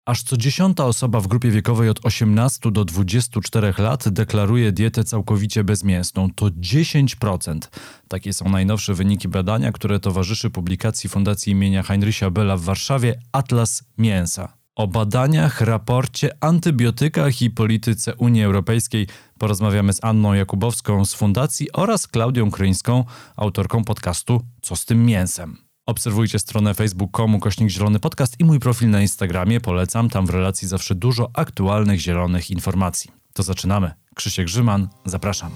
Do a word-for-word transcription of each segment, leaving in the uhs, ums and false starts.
Aż co dziesiąta osoba w grupie wiekowej od osiemnastu do dwudziestu czterech lat deklaruje dietę całkowicie bezmięsną. To dziesięć procent. Takie są najnowsze wyniki badania, które towarzyszy publikacji Fundacji imienia Heinricha Bölla w Warszawie Atlas Mięsa. O badaniach, raporcie, antybiotykach i polityce Unii Europejskiej porozmawiamy z Anną Jakubowską z Fundacji oraz Klaudią Kryńską, autorką podcastu Co z tym mięsem? Obserwujcie stronę facebook.com kośnik zielony podcast i mój profil na Instagramie. Polecam, tam w relacji zawsze dużo aktualnych zielonych informacji. To zaczynamy. Krzysiek Grzyman, zapraszam.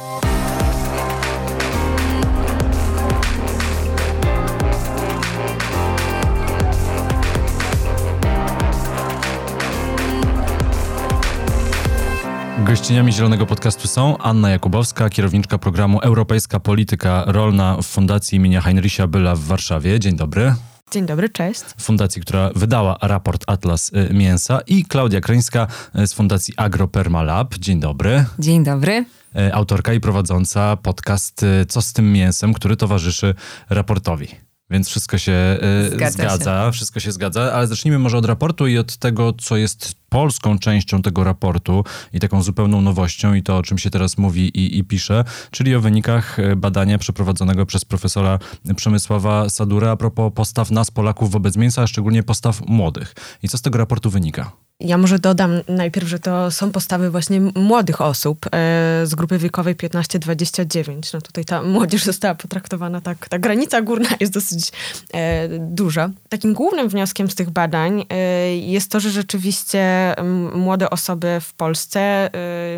Gościniami Zielonego Podcastu są Anna Jakubowska, kierowniczka programu Europejska Polityka Rolna w Fundacji imienia Heinricha Bölla w Warszawie. Dzień dobry. Dzień dobry, cześć. Fundacji, która wydała raport Atlas Mięsa, i Klaudia Kryńska z Fundacji AgroPermaLab. Dzień dobry. Dzień dobry. Autorka i prowadząca podcast Co z tym mięsem, który towarzyszy raportowi. Więc wszystko się zgadza, zgadza się. wszystko się zgadza, ale zacznijmy może od raportu i od tego, co jest polską częścią tego raportu i taką zupełną nowością i to, o czym się teraz mówi i, i pisze, czyli o wynikach badania przeprowadzonego przez profesora Przemysława Sadurę a propos postaw nas, Polaków, wobec mięsa, a szczególnie postaw młodych. I co z tego raportu wynika? Ja może dodam najpierw, że to są postawy właśnie młodych osób e, z grupy wiekowej piętnaście do dwudziestu dziewięciu. No tutaj ta młodzież została potraktowana tak, ta granica górna jest dosyć e, duża. Takim głównym wnioskiem z tych badań e, jest to, że rzeczywiście m, młode osoby w Polsce e,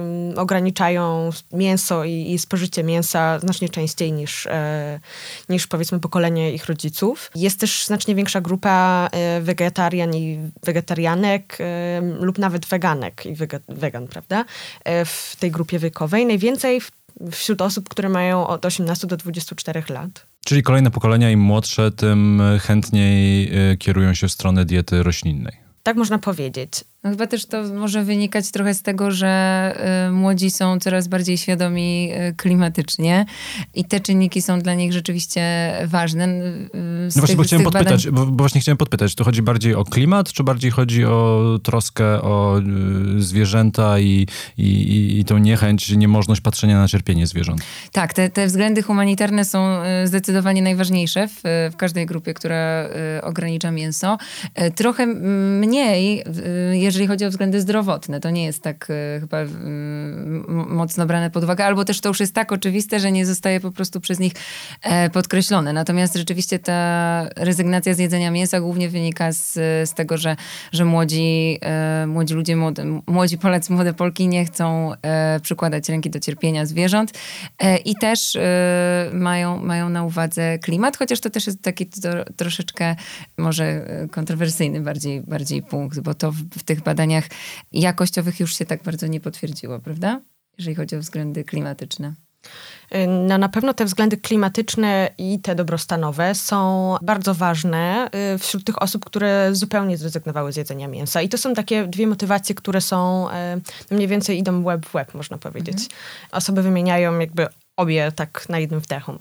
ograniczają mięso i, i spożycie mięsa znacznie częściej niż, e, niż powiedzmy pokolenie ich rodziców. Jest też znacznie większa grupa e, wegetarian i wegetarianek, e, lub nawet weganek i wegan, prawda, w tej grupie wiekowej. Najwięcej wśród osób, które mają od osiemnastu do dwudziestu czterech lat. Czyli kolejne pokolenia, im młodsze, tym chętniej kierują się w stronę diety roślinnej. Tak można powiedzieć. No chyba też to może wynikać trochę z tego, że y, młodzi są coraz bardziej świadomi y, klimatycznie i te czynniki są dla nich rzeczywiście ważne. Y, no właśnie, bo chciałem podpytać, badań... bo, bo właśnie chciałem podpytać, to chodzi bardziej o klimat, czy bardziej chodzi o troskę o y, zwierzęta i, i, i tą niechęć, niemożność patrzenia na cierpienie zwierząt? Tak, te, te względy humanitarne są y, zdecydowanie najważniejsze w, w każdej grupie, która y, ogranicza mięso. Y, trochę mniej, y, jeżeli chodzi o względy zdrowotne. To nie jest tak y, chyba y, mocno brane pod uwagę, albo też to już jest tak oczywiste, że nie zostaje po prostu przez nich e, podkreślone. Natomiast rzeczywiście ta rezygnacja z jedzenia mięsa głównie wynika z, z tego, że, że młodzi, e, młodzi ludzie, młode, młodzi Polacy, młode Polki nie chcą e, przykładać ręki do cierpienia zwierząt e, i też e, mają, mają na uwadze klimat, chociaż to też jest taki to, troszeczkę może kontrowersyjny bardziej, bardziej punkt, bo to w, w tych badaniach jakościowych już się tak bardzo nie potwierdziło, prawda? Jeżeli chodzi o względy klimatyczne. No, na pewno te względy klimatyczne i te dobrostanowe są bardzo ważne wśród tych osób, które zupełnie zrezygnowały z jedzenia mięsa. I to są takie dwie motywacje, które są, no mniej więcej idą łeb w łeb, można powiedzieć. Mhm. Osoby wymieniają jakby obie tak na jednym wdechu.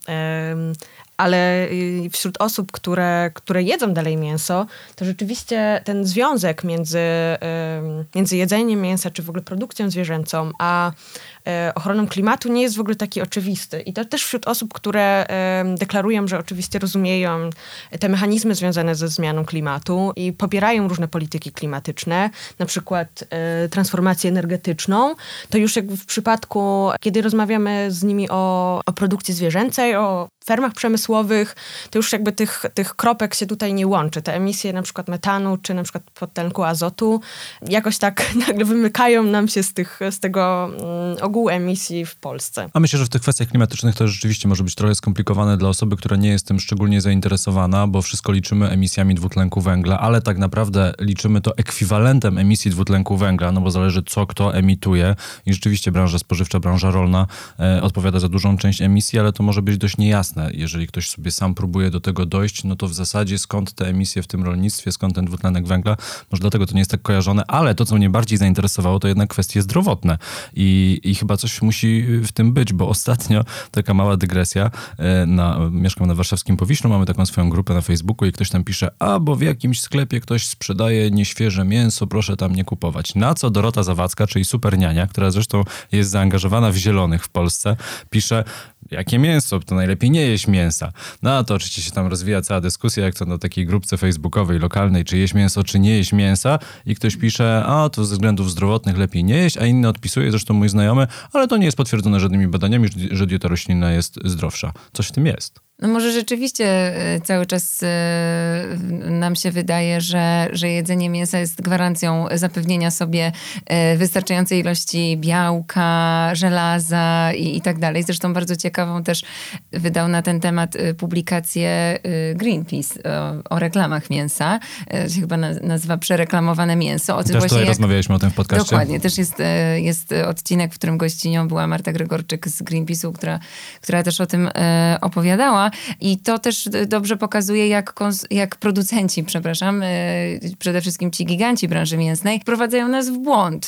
Ale wśród osób, które, które jedzą dalej mięso, to rzeczywiście ten związek między, między jedzeniem mięsa, czy w ogóle produkcją zwierzęcą, a ochroną klimatu nie jest w ogóle taki oczywisty. I to też wśród osób, które deklarują, że oczywiście rozumieją te mechanizmy związane ze zmianą klimatu i popierają różne polityki klimatyczne, na przykład transformację energetyczną, to już jakby w przypadku, kiedy rozmawiamy z nimi o, o produkcji zwierzęcej, o fermach przemysłowych, to już jakby tych, tych kropek się tutaj nie łączy. Te emisje na przykład metanu, czy na przykład podtlenku azotu jakoś tak nagle wymykają nam się z, tych, z tego um, ogółu emisji w Polsce. A myślę, że w tych kwestiach klimatycznych to rzeczywiście może być trochę skomplikowane dla osoby, która nie jest tym szczególnie zainteresowana, bo wszystko liczymy emisjami dwutlenku węgla, ale tak naprawdę liczymy to ekwiwalentem emisji dwutlenku węgla, no bo zależy co kto emituje i rzeczywiście branża spożywcza, branża rolna e, odpowiada za dużą część emisji, ale to może być dość niejasne. Jeżeli ktoś sobie sam próbuje do tego dojść, no to w zasadzie skąd te emisje w tym rolnictwie, skąd ten dwutlenek węgla, może dlatego to nie jest tak kojarzone, ale to, co mnie bardziej zainteresowało, to jednak kwestie zdrowotne i, i chyba coś musi w tym być, bo ostatnio taka mała dygresja, na, mieszkam na warszawskim Powiślu, mamy taką swoją grupę na Facebooku i ktoś tam pisze, a bo w jakimś sklepie ktoś sprzedaje nieświeże mięso, proszę tam nie kupować. Na co Dorota Zawadzka, czyli super niania, która zresztą jest zaangażowana w Zielonych w Polsce, pisze, jakie mięso? To najlepiej nie jeść mięsa. No a to oczywiście się tam rozwija cała dyskusja, jak to na takiej grupce facebookowej, lokalnej, czy jeść mięso, czy nie jeść mięsa. I ktoś pisze, a to ze względów zdrowotnych lepiej nie jeść, a inny odpisuje, zresztą mój znajomy, ale to nie jest potwierdzone żadnymi badaniami, że dieta roślinna jest zdrowsza. Coś w tym jest. No może rzeczywiście cały czas nam się wydaje, że, że jedzenie mięsa jest gwarancją zapewnienia sobie wystarczającej ilości białka, żelaza i, i tak dalej. Zresztą bardzo ciekawą też wydał na ten temat publikację Greenpeace o, o reklamach mięsa. To się chyba nazywa Przereklamowane mięso. O tym też właśnie tutaj jak... rozmawialiśmy o tym w podcaście. Dokładnie. Też jest, jest odcinek, w którym gościnią była Marta Gregorczyk z Greenpeace'u, która, która też o tym opowiadała. I to też dobrze pokazuje, jak, kons- jak producenci, przepraszam, yy, przede wszystkim ci giganci branży mięsnej, wprowadzają nas w błąd,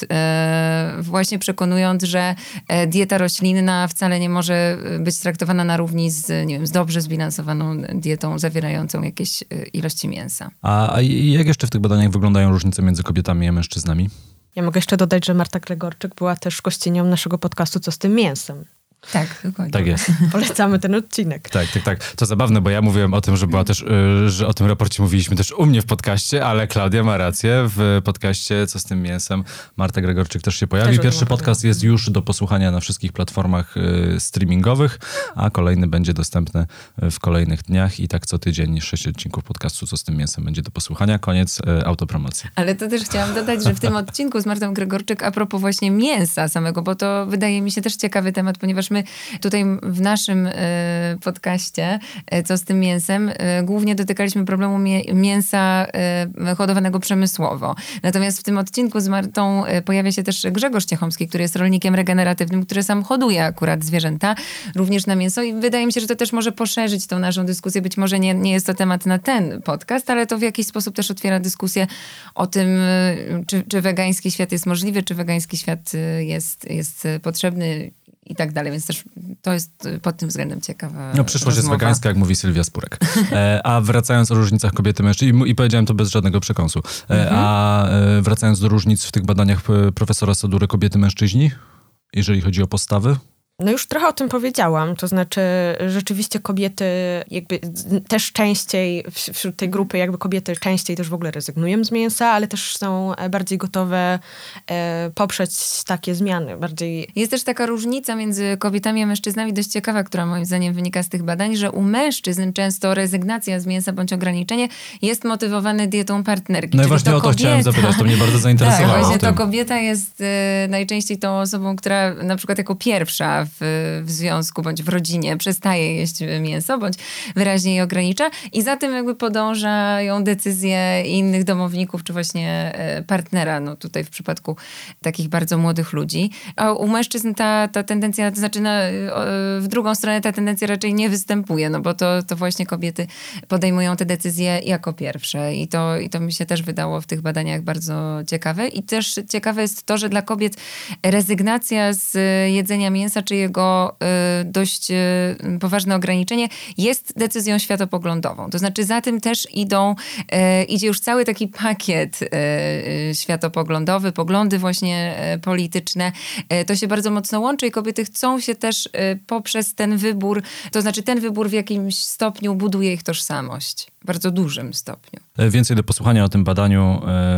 yy, właśnie przekonując, że dieta roślinna wcale nie może być traktowana na równi z, nie wiem, z dobrze zbilansowaną dietą zawierającą jakieś yy, ilości mięsa. A, a jak jeszcze w tych badaniach wyglądają różnice między kobietami a mężczyznami? Ja mogę jeszcze dodać, że Marta Gregorczyk była też gościnią naszego podcastu Co z tym mięsem? Tak, dokładnie. Tak jest. Polecamy ten odcinek. Tak, tak, tak. To zabawne, bo ja mówiłem o tym, że była też, że o tym raporcie mówiliśmy też u mnie w podcaście, ale Klaudia ma rację. W podcaście Co z tym mięsem Marta Gregorczyk też się pojawi. Też Pierwszy podcast jest już do posłuchania na wszystkich platformach streamingowych, a kolejny będzie dostępny w kolejnych dniach i tak co tydzień sześć odcinków podcastu Co z tym mięsem będzie do posłuchania. Koniec autopromocji. Ale to też chciałam dodać, że w tym odcinku z Martą Gregorczyk a propos właśnie mięsa samego, bo to wydaje mi się też ciekawy temat, ponieważ my tutaj w naszym y, podcaście y, Co z tym mięsem y, głównie dotykaliśmy problemu mie- mięsa y, hodowanego przemysłowo. Natomiast w tym odcinku z Martą y, pojawia się też Grzegorz Ciechomski, który jest rolnikiem regeneratywnym, który sam hoduje akurat zwierzęta, również na mięso i wydaje mi się, że to też może poszerzyć tą naszą dyskusję. Być może nie, nie jest to temat na ten podcast, ale to w jakiś sposób też otwiera dyskusję o tym, y, czy, czy wegański świat jest możliwy, czy wegański świat y, jest, jest potrzebny i tak dalej, więc też to jest pod tym względem ciekawa No przyszłość rozmowa. jest wegańska, jak mówi Sylwia Spurek. E, a wracając o różnicach kobiety mężczyzn, i, i powiedziałem to bez żadnego przekąsu, e, mhm. a e, wracając do różnic w tych badaniach profesora Sadury, kobiety mężczyźni, jeżeli chodzi o postawy? No już trochę o tym powiedziałam, to znaczy rzeczywiście kobiety jakby też częściej, wśród tej grupy jakby kobiety częściej też w ogóle rezygnują z mięsa, ale też są bardziej gotowe e, poprzeć takie zmiany. Bardziej... Jest też taka różnica między kobietami a mężczyznami dość ciekawa, która moim zdaniem wynika z tych badań, że u mężczyzn często rezygnacja z mięsa bądź ograniczenie jest motywowane dietą partnerki. No i właśnie to o to kobieta... chciałem zapytać, to mnie bardzo zainteresowało. Tak, właśnie to kobieta jest y, najczęściej tą osobą, która na przykład jako pierwsza w, w związku bądź w rodzinie przestaje jeść mięso, bądź wyraźnie je ogranicza i za tym jakby podążają decyzje innych domowników, czy właśnie partnera, no tutaj w przypadku takich bardzo młodych ludzi. A u mężczyzn ta, ta tendencja, to znaczy na, w drugą stronę ta tendencja raczej nie występuje, no bo to, to właśnie kobiety podejmują te decyzje jako pierwsze i to, i to mi się też wydało w tych badaniach bardzo ciekawe. I też ciekawe jest to, że dla kobiet rezygnacja z jedzenia mięsa, czy jego y, dość y, poważne ograniczenie jest decyzją światopoglądową. To znaczy za tym też idą, y, idzie już cały taki pakiet y, y, światopoglądowy, poglądy właśnie y, polityczne. Y, to się bardzo mocno łączy i kobiety chcą się też y, poprzez ten wybór, to znaczy ten wybór w jakimś stopniu buduje ich tożsamość. W bardzo dużym stopniu. Więcej do posłuchania o tym badaniu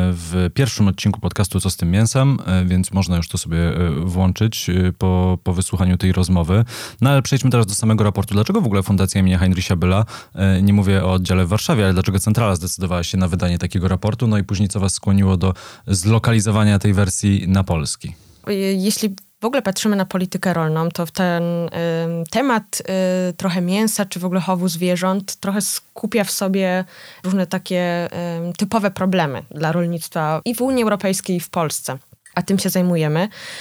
w pierwszym odcinku podcastu Co z tym mięsem, więc można już to sobie włączyć po, po wysłuchaniu tej rozmowy. No ale przejdźmy teraz do samego raportu. Dlaczego w ogóle Fundacja imienia Heinricha Bölla, nie mówię o oddziale w Warszawie, ale dlaczego centrala zdecydowała się na wydanie takiego raportu? No i później co was skłoniło do zlokalizowania tej wersji na polski? Jeśli w ogóle patrzymy na politykę rolną, to w ten y, temat y, trochę mięsa, czy w ogóle chowu zwierząt, trochę skupia w sobie różne takie y, typowe problemy dla rolnictwa i w Unii Europejskiej, i w Polsce. A tym się zajmujemy.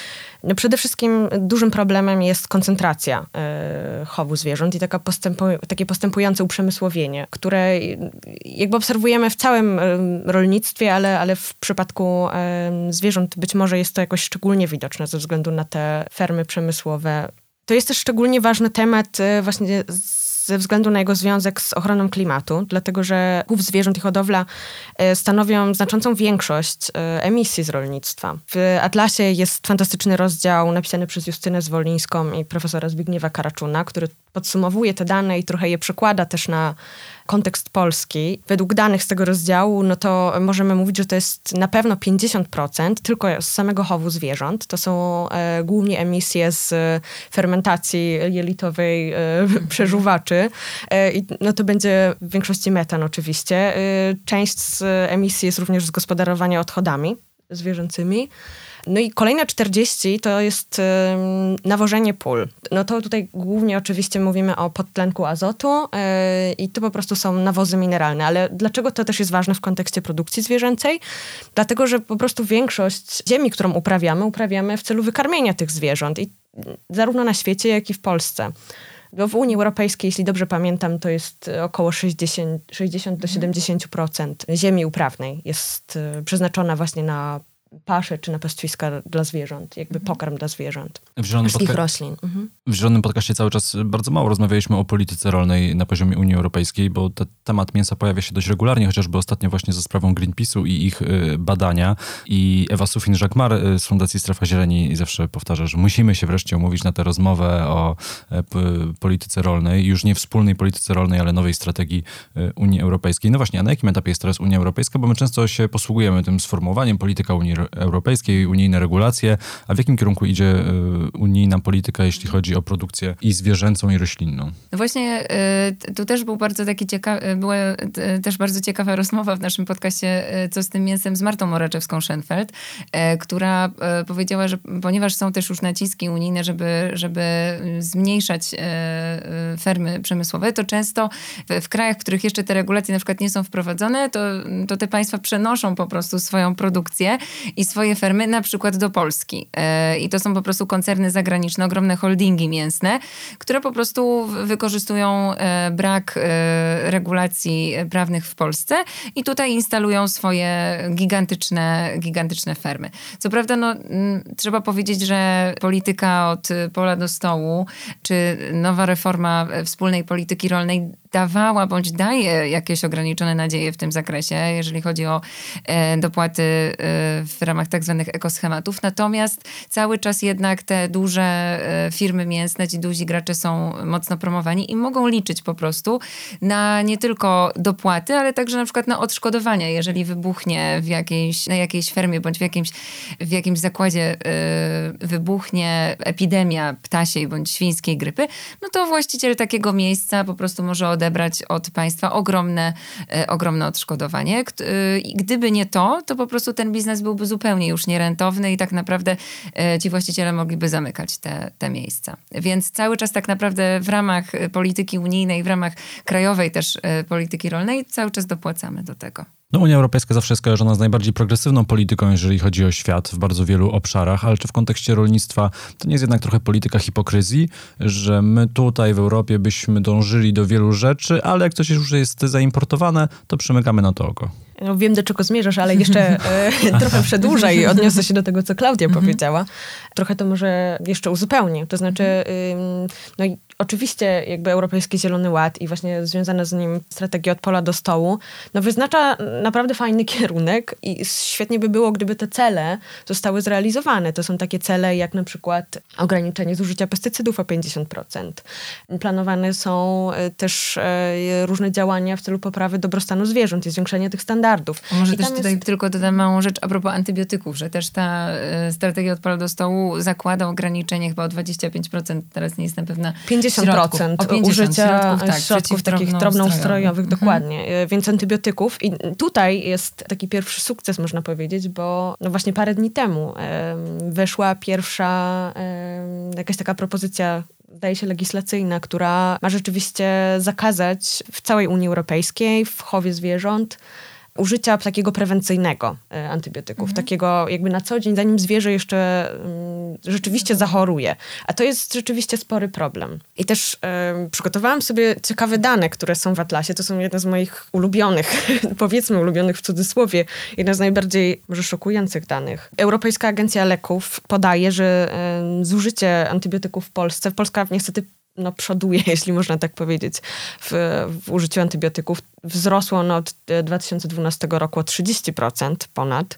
No przede wszystkim dużym problemem jest koncentracja y, chowu zwierząt i taka postępu- takie postępujące uprzemysłowienie, które jakby obserwujemy w całym y, rolnictwie, ale, ale w przypadku y, zwierząt być może jest to jakoś szczególnie widoczne ze względu na te fermy przemysłowe. To jest też szczególnie ważny temat y, właśnie z ze względu na jego związek z ochroną klimatu, dlatego że chów zwierząt i hodowla stanowią znaczącą większość emisji z rolnictwa. W Atlasie jest fantastyczny rozdział napisany przez Justynę Zwolińską i profesora Zbigniewa Karaczuna, który podsumowuje te dane i trochę je przekłada też na kontekst polski. Według danych z tego rozdziału, no to możemy mówić, że to jest na pewno pięćdziesiąt procent tylko z samego chowu zwierząt. To są e, głównie emisje z fermentacji jelitowej e, przeżuwaczy. E, i, no to będzie w większości metan oczywiście. E, część z emisji jest również z gospodarowania odchodami zwierzęcymi. No i kolejne czterdzieści to jest y, nawożenie pól. No to tutaj głównie oczywiście mówimy o podtlenku azotu y, i to po prostu są nawozy mineralne. Ale dlaczego to też jest ważne w kontekście produkcji zwierzęcej? Dlatego, że po prostu większość ziemi, którą uprawiamy, uprawiamy w celu wykarmienia tych zwierząt. I zarówno na świecie, jak i w Polsce. No w Unii Europejskiej, jeśli dobrze pamiętam, to jest około sześćdziesiąt, sześćdziesiąt do siedemdziesiąt procent ziemi uprawnej jest y, przeznaczona właśnie na pasze czy na pastwiska dla zwierząt, jakby mhm. pokarm dla zwierząt. W zielonym, podca- roślin. Mhm. w zielonym podcaście cały czas bardzo mało rozmawialiśmy o polityce rolnej na poziomie Unii Europejskiej, bo te, temat mięsa pojawia się dość regularnie, chociażby ostatnio właśnie za sprawą Greenpeace'u i ich y, badania. I Ewa Sufin-Jacquemart y, z Fundacji Strefa Zieleni zawsze powtarza, że musimy się wreszcie umówić na tę rozmowę o y, p, polityce rolnej, już nie wspólnej polityce rolnej, ale nowej strategii y, Unii Europejskiej. No właśnie, a na jakim etapie jest teraz Unia Europejska? Bo my często się posługujemy tym sformułowaniem polityka Unii Europejskiej, unijne regulacje, a w jakim kierunku idzie y, unijna polityka, jeśli chodzi o produkcję i zwierzęcą, i roślinną? No właśnie, y, tu też był bardzo taki ciekawy, była y, też bardzo ciekawa rozmowa w naszym podcaście y, Co z tym mięsem z Martą Moraczewską-Schenfeld, y, która y, powiedziała, że ponieważ są też już naciski unijne, żeby, żeby zmniejszać y, y, fermy przemysłowe, to często w, w krajach, w których jeszcze te regulacje na przykład nie są wprowadzone, to, to te państwa przenoszą po prostu swoją produkcję i swoje fermy na przykład do Polski. I to są po prostu koncerny zagraniczne, ogromne holdingi mięsne, które po prostu wykorzystują brak regulacji prawnych w Polsce i tutaj instalują swoje gigantyczne, gigantyczne fermy. Co prawda, no, trzeba powiedzieć, że polityka od pola do stołu, czy nowa reforma wspólnej polityki rolnej dawała bądź daje jakieś ograniczone nadzieje w tym zakresie, jeżeli chodzi o e, dopłaty e, w ramach tak zwanych ekoschematów. Natomiast cały czas jednak te duże e, firmy mięsne, ci duzi gracze są mocno promowani i mogą liczyć po prostu na nie tylko dopłaty, ale także na przykład na odszkodowania, jeżeli wybuchnie w jakiejś, na jakiejś fermie bądź w jakimś, w jakimś zakładzie e, wybuchnie epidemia ptasiej bądź świńskiej grypy, no to właściciel takiego miejsca po prostu może odebrać odebrać od państwa ogromne, e, ogromne odszkodowanie. I gdyby nie to, to po prostu ten biznes byłby zupełnie już nierentowny i tak naprawdę e, ci właściciele mogliby zamykać te, te miejsca. Więc cały czas tak naprawdę w ramach polityki unijnej, w ramach krajowej też e, polityki rolnej cały czas dopłacamy do tego. No, Unia Europejska zawsze jest kojarzona z najbardziej progresywną polityką, jeżeli chodzi o świat w bardzo wielu obszarach, ale czy w kontekście rolnictwa to nie jest jednak trochę polityka hipokryzji, że my tutaj w Europie byśmy dążyli do wielu rzeczy, ale jak coś już jest zaimportowane, to przymykamy na to oko? No, wiem, do czego zmierzasz, ale jeszcze e, trochę przedłużę i odniosę się do tego, co Klaudia mhm. powiedziała. Trochę to może jeszcze uzupełnię. To znaczy, ym, no i oczywiście jakby Europejski Zielony Ład i właśnie związana z nim strategia od pola do stołu, no wyznacza naprawdę fajny kierunek i świetnie by było, gdyby te cele zostały zrealizowane. To są takie cele jak na przykład ograniczenie zużycia pestycydów o pięćdziesiąt procent. Planowane są też e, różne działania w celu poprawy dobrostanu zwierząt i zwiększenia tych standardów. A może I też tutaj jest... tylko dodam małą rzecz a propos antybiotyków, że też ta e, strategia od pola do stołu zakłada ograniczenie chyba o dwadzieścia pięć procent, teraz nie jestem pewna, pięćdziesiąt procent środków, użycia środków, tak, środków takich drobnoustrojowych, mhm. dokładnie, więc antybiotyków. I tutaj jest taki pierwszy sukces, można powiedzieć, bo no właśnie parę dni temu e, weszła pierwsza e, jakaś taka propozycja, zdaje się, legislacyjna, która ma rzeczywiście zakazać w całej Unii Europejskiej w chowie zwierząt użycia takiego prewencyjnego antybiotyków. Mhm. Takiego jakby na co dzień, zanim zwierzę jeszcze rzeczywiście zachoruje. A to jest rzeczywiście spory problem. I też e, przygotowałam sobie ciekawe dane, które są w Atlasie. To są jedne z moich ulubionych, powiedzmy ulubionych w cudzysłowie, jedna z najbardziej może szokujących danych. Europejska Agencja Leków podaje, że e, zużycie antybiotyków w Polsce, Polska niestety no, przoduje, jeśli można tak powiedzieć, w, w użyciu antybiotyków. Wzrosło ono od dwa tysiące dwunastego roku o trzydzieści procent ponad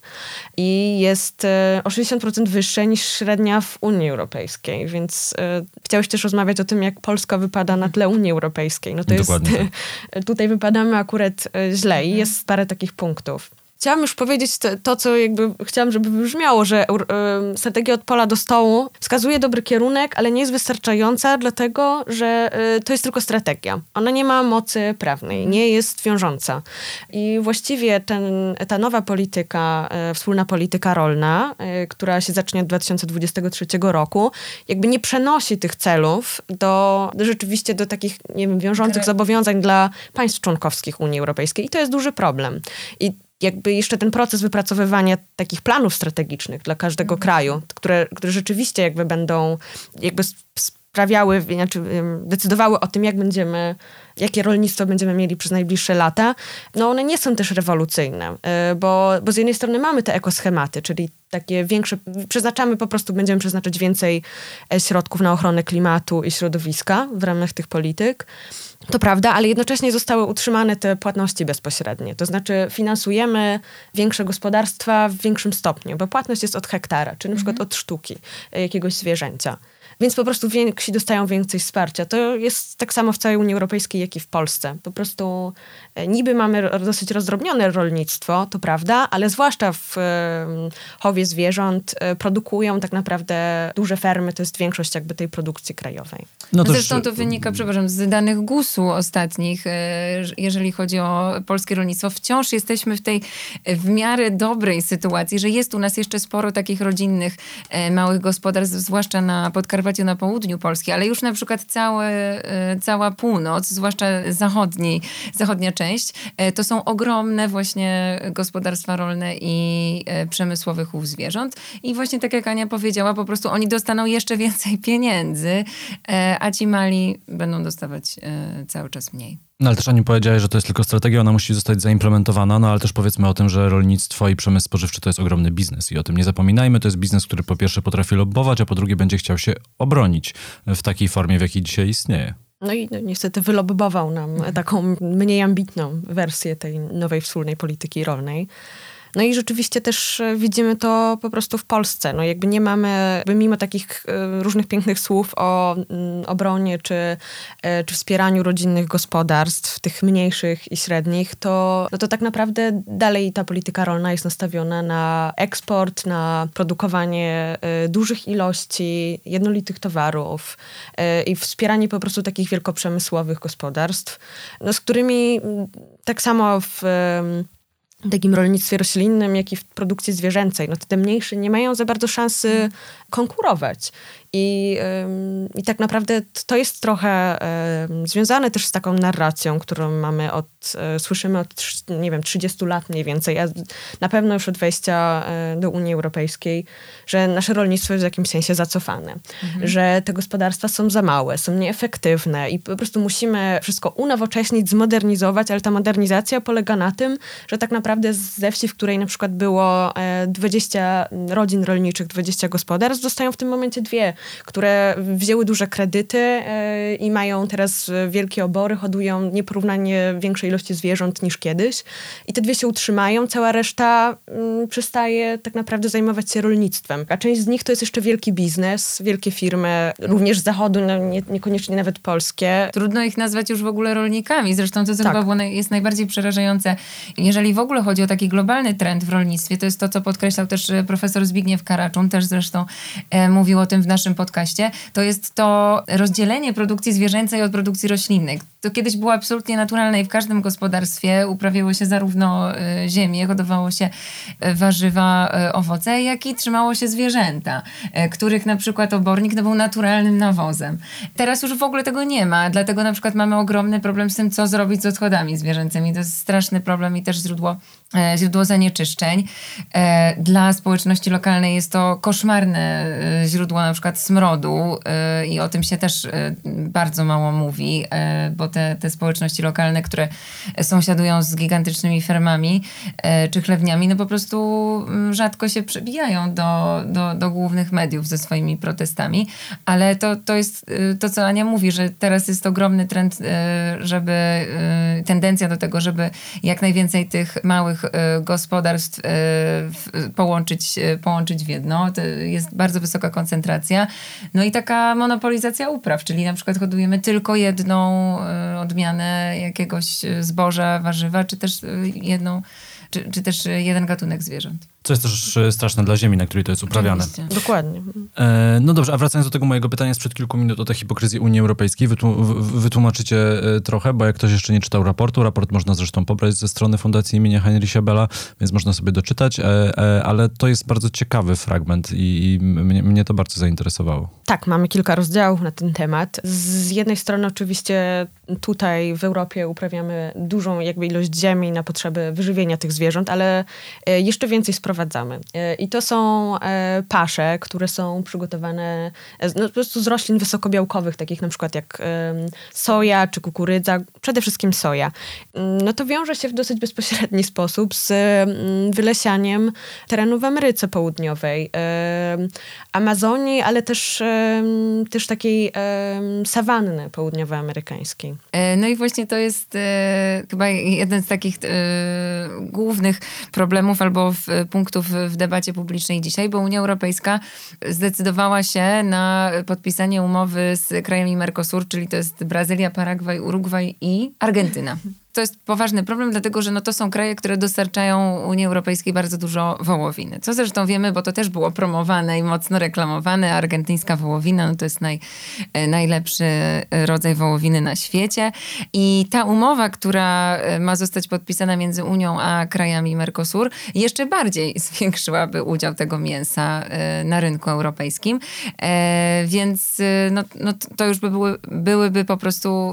i jest e, o sześćdziesiąt procent wyższe niż średnia w Unii Europejskiej, więc e, chciałeś też rozmawiać o tym, jak Polska wypada na tle Unii Europejskiej. No to Dokładnie jest, tak. Tutaj wypadamy akurat e, źle i jest parę takich punktów. Chciałam już powiedzieć to, to, co jakby chciałam, żeby wybrzmiało, że y, strategia od pola do stołu wskazuje dobry kierunek, ale nie jest wystarczająca, dlatego, że y, to jest tylko strategia. Ona nie ma mocy prawnej, nie jest wiążąca. I właściwie ten, ta nowa polityka, y, wspólna polityka rolna, y, która się zacznie od dwa tysiące dwudziestego trzeciego roku, jakby nie przenosi tych celów do, do rzeczywiście do takich, nie wiem, wiążących okay. zobowiązań dla państw członkowskich Unii Europejskiej. I to jest duży problem. I jakby jeszcze ten proces wypracowywania takich planów strategicznych dla każdego mm. kraju, które, które rzeczywiście jakby będą jakby sprawiały, znaczy decydowały o tym, jak będziemy, jakie rolnictwo będziemy mieli przez najbliższe lata, no one nie są też rewolucyjne, bo, bo z jednej strony mamy te ekoschematy, czyli takie większe, przeznaczamy po prostu, będziemy przeznaczać więcej środków na ochronę klimatu i środowiska w ramach tych polityk. To prawda, ale jednocześnie zostały utrzymane te płatności bezpośrednie. To znaczy finansujemy większe gospodarstwa w większym stopniu, bo płatność jest od hektara, czy na przykład od sztuki jakiegoś zwierzęcia. Więc po prostu więksi dostają więcej wsparcia. To jest tak samo w całej Unii Europejskiej, jak i w Polsce. Po prostu niby mamy dosyć rozdrobnione rolnictwo, to prawda, ale zwłaszcza w chowie zwierząt produkują tak naprawdę duże fermy, to jest większość jakby tej produkcji krajowej. No to Zresztą to wynika, przepraszam, z danych gusu ostatnich, jeżeli chodzi o polskie rolnictwo. Wciąż jesteśmy w tej w miarę dobrej sytuacji, że jest u nas jeszcze sporo takich rodzinnych, małych gospodarstw, zwłaszcza na Podkarpaciu, na południu Polski, ale już na przykład całe, cała północ, zwłaszcza zachodni, zachodnia część, to są ogromne właśnie gospodarstwa rolne i przemysłowy chów zwierząt. I właśnie tak jak Ania powiedziała, po prostu oni dostaną jeszcze więcej pieniędzy, a ci mali będą dostawać cały czas mniej. No ale też Ani powiedziałeś, że to jest tylko strategia, ona musi zostać zaimplementowana, no ale też powiedzmy o tym, że rolnictwo i przemysł spożywczy to jest ogromny biznes i o tym nie zapominajmy. To jest biznes, który po pierwsze potrafi lobbować, a po drugie będzie chciał się obronić w takiej formie, w jakiej dzisiaj istnieje. No i no, niestety wylobbował nam taką mniej ambitną wersję tej nowej wspólnej polityki rolnej. No i rzeczywiście też widzimy to po prostu w Polsce. No jakby nie mamy, jakby mimo takich różnych pięknych słów o obronie czy, czy wspieraniu rodzinnych gospodarstw, tych mniejszych i średnich, to, no to tak naprawdę dalej ta polityka rolna jest nastawiona na eksport, na produkowanie dużych ilości jednolitych towarów i wspieranie po prostu takich wielkoprzemysłowych gospodarstw, no z którymi tak samo w takim rolnictwie roślinnym, jak i w produkcji zwierzęcej. No te mniejsze nie mają za bardzo szansy konkurować. I, ym, I tak naprawdę to jest trochę ym, związane też z taką narracją, którą mamy od, y, słyszymy od, nie wiem, trzydziestu lat mniej więcej, a na pewno już od wejścia y, do Unii Europejskiej, że nasze rolnictwo jest w jakimś sensie zacofane. Mhm. Że te gospodarstwa są za małe, są nieefektywne i po prostu musimy wszystko unowocześnić, zmodernizować, ale ta modernizacja polega na tym, że tak naprawdę ze wsi, w której na przykład było y, dwadzieścia rodzin rolniczych, dwadzieścia gospodarstw, zostają w tym momencie dwie, które wzięły duże kredyty yy, i mają teraz wielkie obory, hodują nieporównanie większej ilości zwierząt niż kiedyś. I te dwie się utrzymają, cała reszta yy, przestaje tak naprawdę zajmować się rolnictwem. A część z nich to jest jeszcze wielki biznes, wielkie firmy, również z zachodu, no, nie, niekoniecznie nawet polskie. Trudno ich nazwać już w ogóle rolnikami. Zresztą to, co tak. chyba było, jest najbardziej przerażające. Jeżeli w ogóle chodzi o taki globalny trend w rolnictwie, to jest to, co podkreślał też profesor Zbigniew Karaczun, też zresztą e, mówił o tym w naszym podcaście, to jest to rozdzielenie produkcji zwierzęcej od produkcji roślinnej. To kiedyś było absolutnie naturalne i w każdym gospodarstwie uprawiało się zarówno ziemię, hodowało się warzywa, owoce, jak i trzymało się zwierzęta, których na przykład obornik no, był naturalnym nawozem. Teraz już w ogóle tego nie ma, dlatego na przykład mamy ogromny problem z tym, co zrobić z odchodami zwierzęcymi. To jest straszny problem i też źródło, źródło zanieczyszczeń. Dla społeczności lokalnej jest to koszmarne źródło na przykład smrodu i o tym się też bardzo mało mówi, bo te, te społeczności lokalne, które sąsiadują z gigantycznymi fermami czy chlewniami, no po prostu rzadko się przebijają do, do, do głównych mediów ze swoimi protestami, ale to, to jest to, co Ania mówi, że teraz jest ogromny trend, żeby tendencja do tego, żeby jak najwięcej tych małych gospodarstw połączyć, połączyć w jedno. To jest bardzo wysoka koncentracja. No i taka monopolizacja upraw, czyli na przykład hodujemy tylko jedną odmianę jakiegoś zboża, warzywa, czy też jedną, czy, czy też jeden gatunek zwierząt. Co jest też straszne dla ziemi, na której to jest uprawiane. Oczywiście. Dokładnie. E, no dobrze, a wracając do tego mojego pytania sprzed kilku minut o tę hipokryzję Unii Europejskiej, wytłum- wytłumaczycie trochę, bo jak ktoś jeszcze nie czytał raportu, raport można zresztą pobrać ze strony Fundacji imienia Heinricha Bella, więc można sobie doczytać, e, e, ale to jest bardzo ciekawy fragment i, i mnie, mnie to bardzo zainteresowało. Tak, mamy kilka rozdziałów na ten temat. Z jednej strony oczywiście tutaj w Europie uprawiamy dużą jakby ilość ziemi na potrzeby wyżywienia tych zwierząt, ale jeszcze więcej sprowadzamy. I to są pasze, które są przygotowane no, po prostu z roślin wysokobiałkowych, takich na przykład jak soja czy kukurydza, przede wszystkim soja. No to wiąże się w dosyć bezpośredni sposób z wylesianiem terenów w Ameryce Południowej, Amazonii, ale też, też takiej sawanny południowoamerykańskiej. No i właśnie to jest e, chyba jeden z takich e, głównych problemów albo w, punktów w debacie publicznej dzisiaj, bo Unia Europejska zdecydowała się na podpisanie umowy z krajami Mercosur, czyli to jest Brazylia, Paragwaj, Urugwaj i Argentyna. To jest poważny problem, dlatego że no to są kraje, które dostarczają Unii Europejskiej bardzo dużo wołowiny. Co zresztą wiemy, bo to też było promowane i mocno reklamowane. Argentyńska wołowina no to jest naj, najlepszy rodzaj wołowiny na świecie. I ta umowa, która ma zostać podpisana między Unią a krajami Mercosur, jeszcze bardziej zwiększyłaby udział tego mięsa na rynku europejskim. Więc no, no to już by były, byłyby po prostu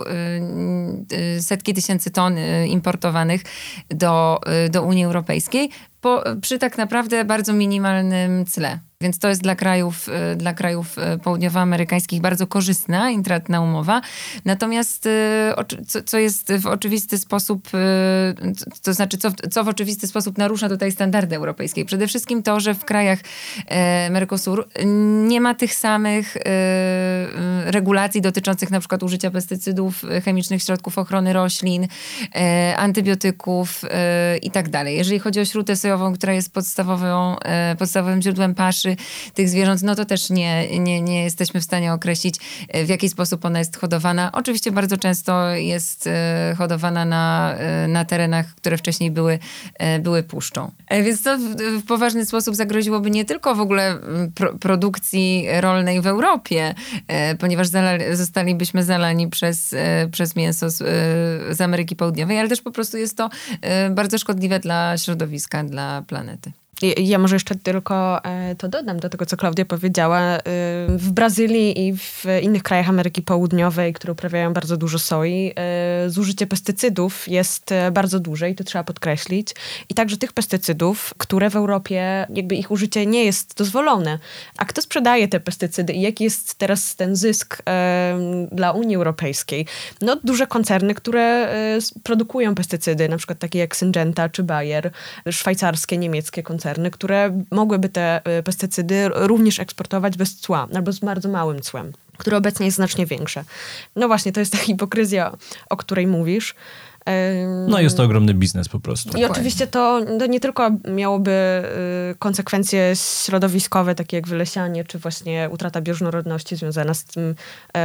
setki tysięcy ton importowanych do, do Unii Europejskiej po, przy tak naprawdę bardzo minimalnym cle. Więc to jest dla krajów, dla krajów południowoamerykańskich bardzo korzystna, intratna umowa. Natomiast co, co jest w oczywisty sposób, to znaczy co, co w oczywisty sposób narusza tutaj standardy europejskie. Przede wszystkim to, że w krajach Mercosur nie ma tych samych regulacji dotyczących na przykład użycia pestycydów, chemicznych środków ochrony roślin, antybiotyków i tak dalej. Jeżeli chodzi o śrutę sojową, która jest podstawową, podstawowym źródłem paszy tych zwierząt, no to też nie, nie, nie jesteśmy w stanie określić, w jaki sposób ona jest hodowana. Oczywiście bardzo często jest hodowana na, na terenach, które wcześniej były, były puszczą. Więc to w, w poważny sposób zagroziłoby nie tylko w ogóle pro, produkcji rolnej w Europie, ponieważ zalali, zostalibyśmy zalani przez, przez mięso z, z Ameryki Południowej, ale też po prostu jest to bardzo szkodliwe dla środowiska, dla planety. Ja może jeszcze tylko to dodam do tego, co Klaudia powiedziała. W Brazylii i w innych krajach Ameryki Południowej, które uprawiają bardzo dużo soi, zużycie pestycydów jest bardzo duże i to trzeba podkreślić. I także tych pestycydów, które w Europie jakby ich użycie nie jest dozwolone. A kto sprzedaje te pestycydy i jaki jest teraz ten zysk dla Unii Europejskiej? No duże koncerny, które produkują pestycydy, na przykład takie jak Syngenta czy Bayer, szwajcarskie, niemieckie koncerny, które mogłyby te pestycydy również eksportować bez cła, albo z bardzo małym cłem, które obecnie jest znacznie większe. No właśnie, to jest ta hipokryzja, o której mówisz. No jest to ogromny biznes po prostu. I Dokładnie. oczywiście to, to nie tylko miałoby konsekwencje środowiskowe, takie jak wylesianie, czy właśnie utrata bioróżnorodności związana z tym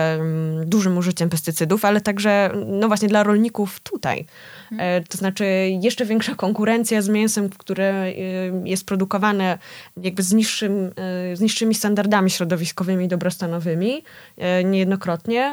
um, dużym użyciem pestycydów, ale także no właśnie dla rolników tutaj. Hmm. To znaczy jeszcze większa konkurencja z mięsem, które jest produkowane jakby z, niższym, z niższymi standardami środowiskowymi i dobrostanowymi, niejednokrotnie,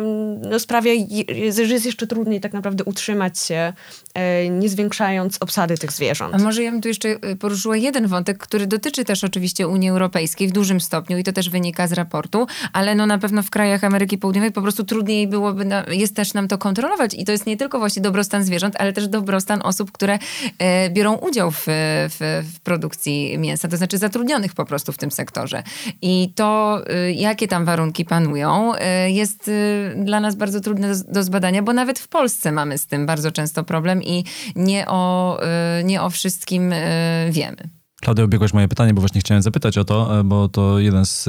no sprawia, że jest jeszcze trudniej tak naprawdę utrzymać się, nie zwiększając obsady tych zwierząt. A może ja bym tu jeszcze poruszyła jeden wątek, który dotyczy też oczywiście Unii Europejskiej w dużym stopniu i to też wynika z raportu, ale no na pewno w krajach Ameryki Południowej po prostu trudniej byłoby, na, jest też nam to kontrolować i to jest nie tylko właśnie dobrostan zwierząt, ale też dobrostan osób, które e, biorą udział w, w, w produkcji mięsa, to znaczy zatrudnionych po prostu w tym sektorze. I to, e, jakie tam warunki panują, e, jest e, dla nas bardzo trudne do, do zbadania, bo nawet w Polsce mamy z tym bardzo często problem i nie o, e, nie o wszystkim e, wiemy. Klaudia, ubiegłaś moje pytanie, bo właśnie chciałem zapytać o to, bo to jeden z...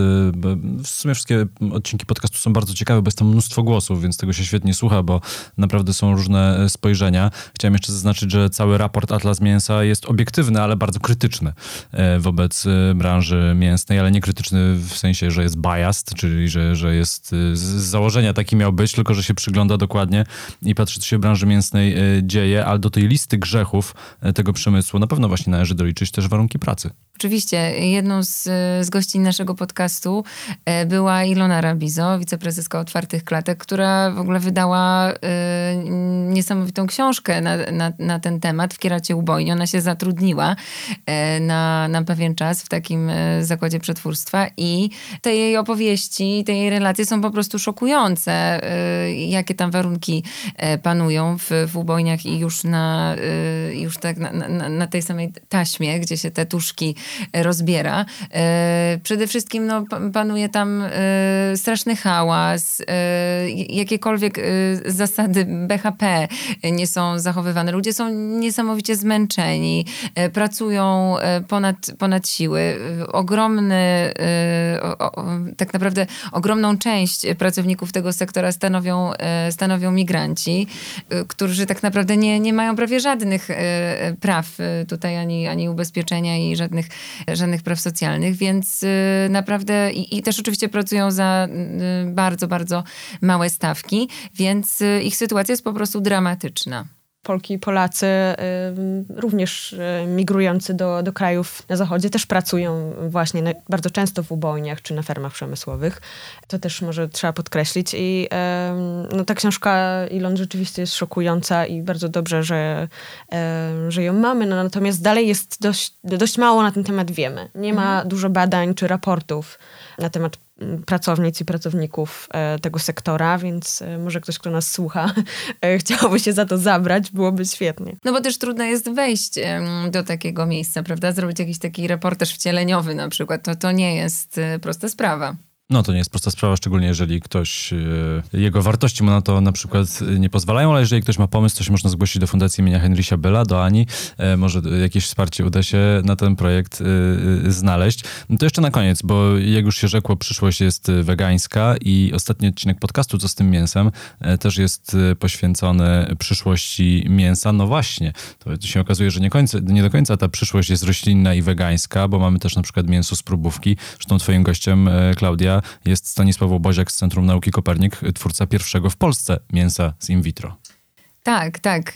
W sumie wszystkie odcinki podcastu są bardzo ciekawe, bo jest tam mnóstwo głosów, więc tego się świetnie słucha, bo naprawdę są różne spojrzenia. Chciałem jeszcze zaznaczyć, że cały raport Atlas Mięsa jest obiektywny, ale bardzo krytyczny wobec branży mięsnej, ale nie krytyczny w sensie, że jest biased, czyli że, że jest z założenia taki miał być, tylko że się przygląda dokładnie i patrzy, co się w branży mięsnej dzieje, ale do tej listy grzechów tego przemysłu na pewno właśnie należy doliczyć też warunki pracy. Oczywiście. Jedną z, z gościń naszego podcastu była Ilona Rabizo, wiceprezeska Otwartych Klatek, która w ogóle wydała y, niesamowitą książkę na, na, na ten temat w Kieracie Ubojni. Ona się zatrudniła y, na, na pewien czas w takim y, zakładzie przetwórstwa i te jej opowieści, te jej relacje są po prostu szokujące, y, jakie tam warunki y, panują w, w ubojniach i już na, y, już tak na, na, na tej samej taśmie, gdzie się te tuszki rozbiera. Przede wszystkim no, panuje tam straszny hałas, jakiekolwiek zasady B H P nie są zachowywane. Ludzie są niesamowicie zmęczeni, pracują ponad, ponad siły. Ogromny, tak naprawdę ogromną część pracowników tego sektora stanowią, stanowią migranci, którzy tak naprawdę nie, nie mają prawie żadnych praw tutaj, ani, ani ubezpieczenia i żadnych, żadnych praw socjalnych, więc y, naprawdę i, i też oczywiście pracują za y, bardzo, bardzo małe stawki, więc y, ich sytuacja jest po prostu dramatyczna. Polki i Polacy y, również y, migrujący do, do krajów na zachodzie też pracują właśnie na, bardzo często w ubojniach czy na fermach przemysłowych. To też może trzeba podkreślić. I y, no, ta książka Ilon rzeczywiście jest szokująca i bardzo dobrze, że, y, że ją mamy. No, natomiast dalej jest dość, dość mało na ten temat wiemy. Nie ma mhm. dużo badań czy raportów na temat pracownic i pracowników e, tego sektora, więc e, może ktoś, kto nas słucha, e, chciałby się za to zabrać, byłoby świetnie. No bo też trudno jest wejść e, do takiego miejsca, prawda? Zrobić jakiś taki reportaż wcieleniowy na przykład. To, to nie jest e, prosta sprawa. No to nie jest prosta sprawa, szczególnie jeżeli ktoś, jego wartości mu na to na przykład nie pozwalają, ale jeżeli ktoś ma pomysł, to się można zgłosić do Fundacji imienia Heinricha Bölla, do Ani. Może jakieś wsparcie uda się na ten projekt znaleźć. No to jeszcze na koniec, bo jak już się rzekło, przyszłość jest wegańska i ostatni odcinek podcastu Co z tym mięsem też jest poświęcony przyszłości mięsa. No właśnie, to się okazuje, że nie, końca, nie do końca ta przyszłość jest roślinna i wegańska, bo mamy też na przykład mięso z próbówki. Zresztą twoim gościem, Klaudia, jest Stanisław Łoboziak z Centrum Nauki Kopernik, twórca pierwszego w Polsce mięsa z in vitro. Tak, tak.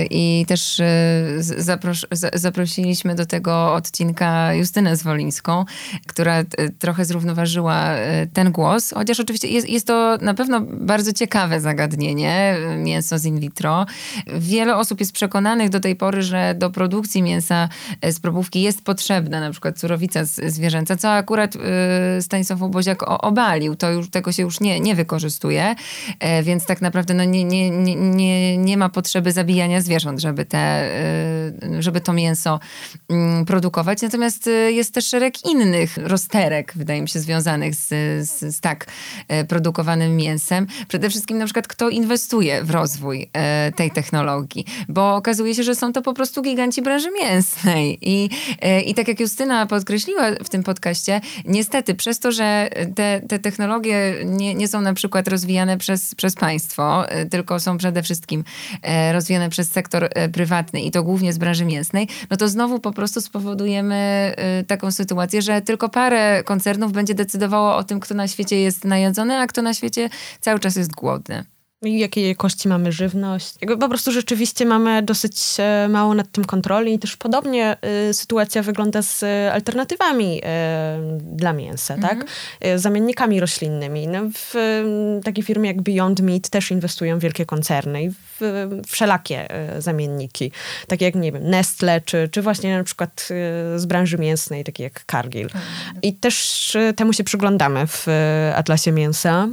I też zapros- zaprosiliśmy do tego odcinka Justynę Zwolińską, która trochę zrównoważyła ten głos, chociaż oczywiście jest, jest to na pewno bardzo ciekawe zagadnienie, mięso z in vitro. Wiele osób jest przekonanych do tej pory, że do produkcji mięsa z probówki jest potrzebna na przykład surowica zwierzęca, co akurat Stanisław Łoboziak obalił. To już, tego się już nie, nie wykorzystuje, więc tak naprawdę no nie, nie, nie, nie nie ma potrzeby zabijania zwierząt, żeby, te, żeby to mięso produkować. Natomiast jest też szereg innych rozterek, wydaje mi się, związanych z, z, z tak produkowanym mięsem. Przede wszystkim na przykład kto inwestuje w rozwój tej technologii, bo okazuje się, że są to po prostu giganci branży mięsnej. I, i tak jak Justyna podkreśliła w tym podcaście, niestety przez to, że te, te technologie nie, nie są na przykład rozwijane przez, przez państwo, tylko są przede wszystkim e, rozwijane przez sektor e, prywatny i to głównie z branży mięsnej, no to znowu po prostu spowodujemy e, taką sytuację, że tylko parę koncernów będzie decydowało o tym, kto na świecie jest najedzony, a kto na świecie cały czas jest głodny. I jakiej jakości mamy żywność. Jakby po prostu rzeczywiście mamy dosyć mało nad tym kontroli i też podobnie y, sytuacja wygląda z alternatywami y, dla mięsa, mm-hmm. tak? Y, zamiennikami roślinnymi. No, w y, takiej firmie jak Beyond Meat też inwestują wielkie koncerny i w, w wszelakie y, zamienniki. Takie jak, nie wiem, Nestle, czy, czy właśnie na przykład y, z branży mięsnej, takie jak Cargill. Mm-hmm. I też y, temu się przyglądamy w y, Atlasie Mięsa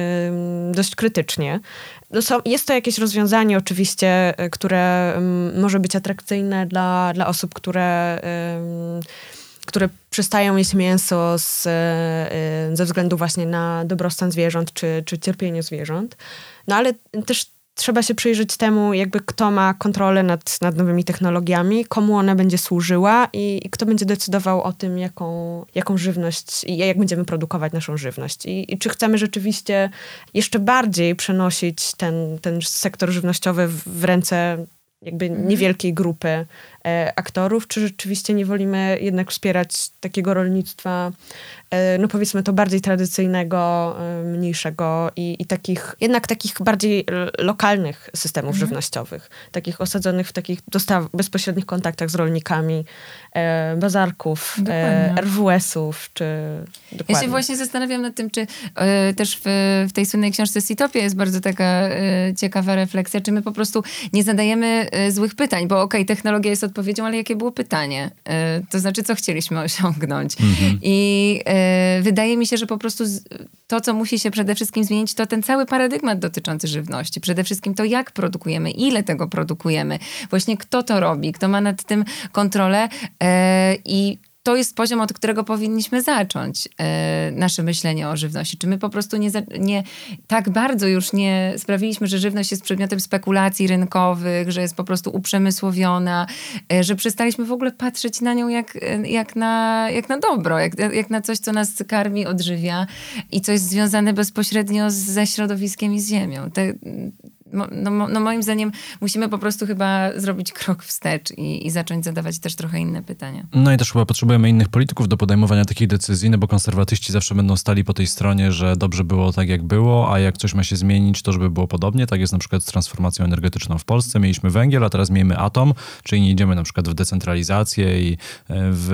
y, dość krytycznie. No są, jest to jakieś rozwiązanie oczywiście, które um, może być atrakcyjne dla, dla osób, które, um, które przestają jeść mięso z, um, ze względu właśnie na dobrostan zwierząt czy, czy cierpienie zwierząt. No ale też trzeba się przyjrzeć temu, jakby kto ma kontrolę nad, nad nowymi technologiami, komu ona będzie służyła i, i kto będzie decydował o tym, jaką, jaką żywność i jak będziemy produkować naszą żywność. I, i czy chcemy rzeczywiście jeszcze bardziej przenosić ten, ten sektor żywnościowy w, w ręce jakby niewielkiej grupy e, aktorów, czy rzeczywiście nie wolimy jednak wspierać takiego rolnictwa, e, no powiedzmy to bardziej tradycyjnego, e, mniejszego i, i takich, jednak takich bardziej lokalnych systemów mhm. żywnościowych, takich osadzonych w takich dostaw, bezpośrednich kontaktach z rolnikami, e, bazarków, e, er wu esów, czy dokładnie. Ja się właśnie zastanawiam nad tym, czy e, też w, w tej słynnej książce Seatopia jest bardzo taka e, ciekawa refleksja, czy my po prostu nie zadajemy e, złych pytań, bo okej, okay, technologia jest odpowiedzią, ale jakie było pytanie? E, to znaczy, co chcieliśmy osiągnąć? Mhm. I e, wydaje mi się, że po prostu z, to, co musi się przede wszystkim zmienić, to ten cały paradygmat dotyczący żywności. Przede wszystkim to, jak produkujemy, ile tego produkujemy, właśnie kto to robi, kto ma nad tym kontrolę e, i to jest poziom, od którego powinniśmy zacząć e, nasze myślenie o żywności. Czy my po prostu nie, nie tak bardzo już nie sprawiliśmy, że żywność jest przedmiotem spekulacji rynkowych, że jest po prostu uprzemysłowiona, e, że przestaliśmy w ogóle patrzeć na nią jak, jak, na, jak na dobro, jak, jak na coś, co nas karmi, odżywia i co jest związane bezpośrednio ze środowiskiem i z ziemią. Te, No, no moim zdaniem musimy po prostu chyba zrobić krok wstecz i, i zacząć zadawać też trochę inne pytania. No i też chyba potrzebujemy innych polityków do podejmowania takich decyzji, no bo konserwatyści zawsze będą stali po tej stronie, że dobrze było tak, jak było, a jak coś ma się zmienić, to żeby było podobnie. Tak jest na przykład z transformacją energetyczną w Polsce. Mieliśmy węgiel, a teraz miejmy atom, czyli nie idziemy na przykład w decentralizację i w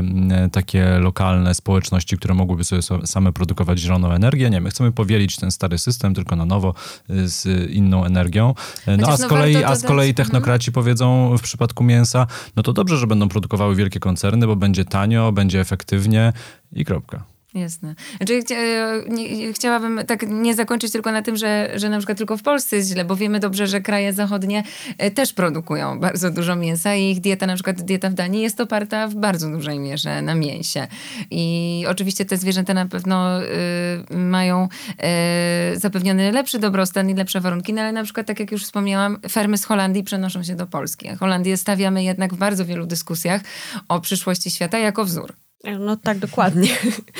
takie lokalne społeczności, które mogłyby sobie same produkować zieloną energię. Nie, my chcemy powielić ten stary system tylko na nowo z inną energią. No a z kolei, a z kolei technokraci powiedzą w przypadku mięsa, no to dobrze, że będą produkowały wielkie koncerny, bo będzie tanio, będzie efektywnie i kropka. Jasne. Znaczy, chcia, nie, chciałabym tak nie zakończyć tylko na tym, że, że na przykład tylko w Polsce jest źle, bo wiemy dobrze, że kraje zachodnie też produkują bardzo dużo mięsa i ich dieta, na przykład dieta w Danii jest oparta w bardzo dużej mierze na mięsie. I oczywiście te zwierzęta na pewno y, mają y, zapewniony lepszy dobrostan i lepsze warunki, no ale na przykład, tak jak już wspomniałam, fermy z Holandii przenoszą się do Polski. Holandię stawiamy jednak w bardzo wielu dyskusjach o przyszłości świata jako wzór. No tak, dokładnie.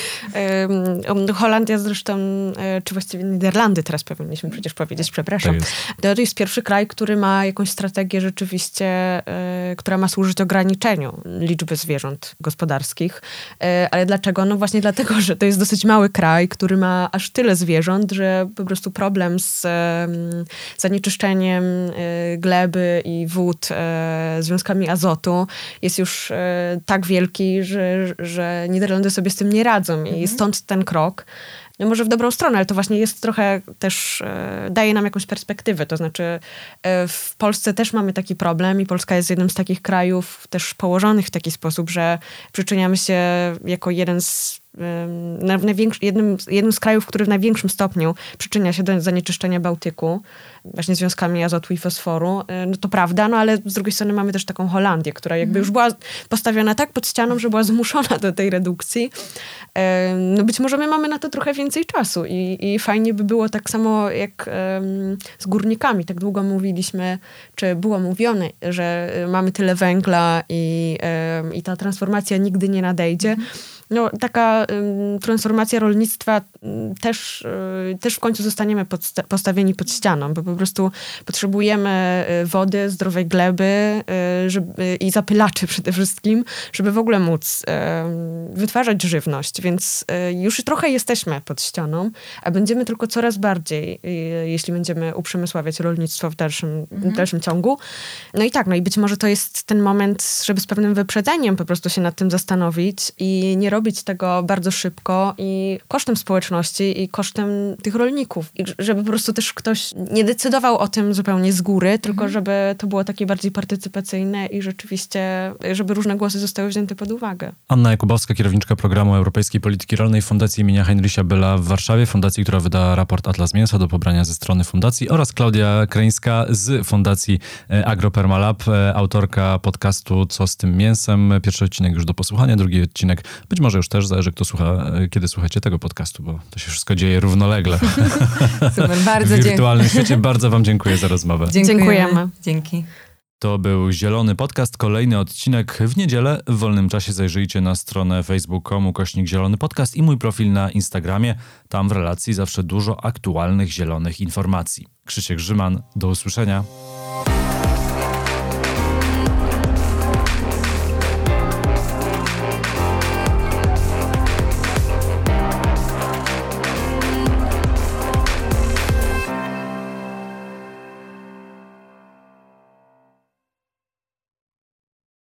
Holandia zresztą, czy właściwie Niderlandy teraz powinniśmy przecież powiedzieć, przepraszam. To jest. to jest pierwszy kraj, który ma jakąś strategię rzeczywiście, która ma służyć ograniczeniu liczby zwierząt gospodarskich. Ale dlaczego? No właśnie dlatego, że to jest dosyć mały kraj, który ma aż tyle zwierząt, że po prostu problem z zanieczyszczeniem gleby i wód związkami azotu jest już tak wielki, że że Niderlandy sobie z tym nie radzą i mhm. stąd ten krok. No może w dobrą stronę, ale to właśnie jest trochę też, e, daje nam jakąś perspektywę. To znaczy e, w Polsce też mamy taki problem i Polska jest jednym z takich krajów też położonych w taki sposób, że przyczyniamy się jako jeden z Na największy, jednym, jednym z krajów, który w największym stopniu przyczynia się do zanieczyszczenia Bałtyku, właśnie związkami azotu i fosforu. No to prawda, no ale z drugiej strony mamy też taką Holandię, która jakby już była postawiona tak pod ścianą, że była zmuszona do tej redukcji. No być może my mamy na to trochę więcej czasu i, i fajnie by było tak samo jak z górnikami. Tak długo mówiliśmy, czy było mówione, że mamy tyle węgla i, i ta transformacja nigdy nie nadejdzie. no, taka ym, transformacja rolnictwa ym, też, y, też w końcu zostaniemy podsta- postawieni pod ścianą, bo po prostu potrzebujemy y, wody, zdrowej gleby y, żeby, i zapylaczy przede wszystkim, żeby w ogóle móc y, wytwarzać żywność. Więc y, już trochę jesteśmy pod ścianą, a będziemy tylko coraz bardziej, y, jeśli będziemy uprzemysławiać rolnictwo w dalszym, mhm. w dalszym ciągu. No i tak, no i być może to jest ten moment, żeby z pewnym wyprzedzeniem po prostu się nad tym zastanowić i nie robić tego bardzo szybko i kosztem społeczności i kosztem tych rolników. I żeby po prostu też ktoś nie decydował o tym zupełnie z góry, tylko mhm. żeby to było takie bardziej partycypacyjne i rzeczywiście, żeby różne głosy zostały wzięte pod uwagę. Anna Jakubowska, kierowniczka Programu Europejskiej Polityki Rolnej Fundacji imienia Heinricha Bölla w Warszawie, fundacji, która wydała raport Atlas Mięsa do pobrania ze strony fundacji, oraz Klaudia Kreńska z Fundacji Agropermalab, autorka podcastu Co z tym mięsem. Pierwszy odcinek już do posłuchania, drugi odcinek być może już też, zależy kto słucha, kiedy słuchacie tego podcastu, bo to się wszystko dzieje równolegle. Super, bardzo w wirtualnym świecie. Bardzo wam dziękuję za rozmowę. Dziękujemy. Dziękujemy. Dzięki. To był Zielony Podcast, kolejny odcinek w niedzielę. W wolnym czasie zajrzyjcie na stronę facebook kropka com ukośnik Zielony Podcast i mój profil na Instagramie. Tam w relacji zawsze dużo aktualnych zielonych informacji. Krzysiek Grzyman, do usłyszenia.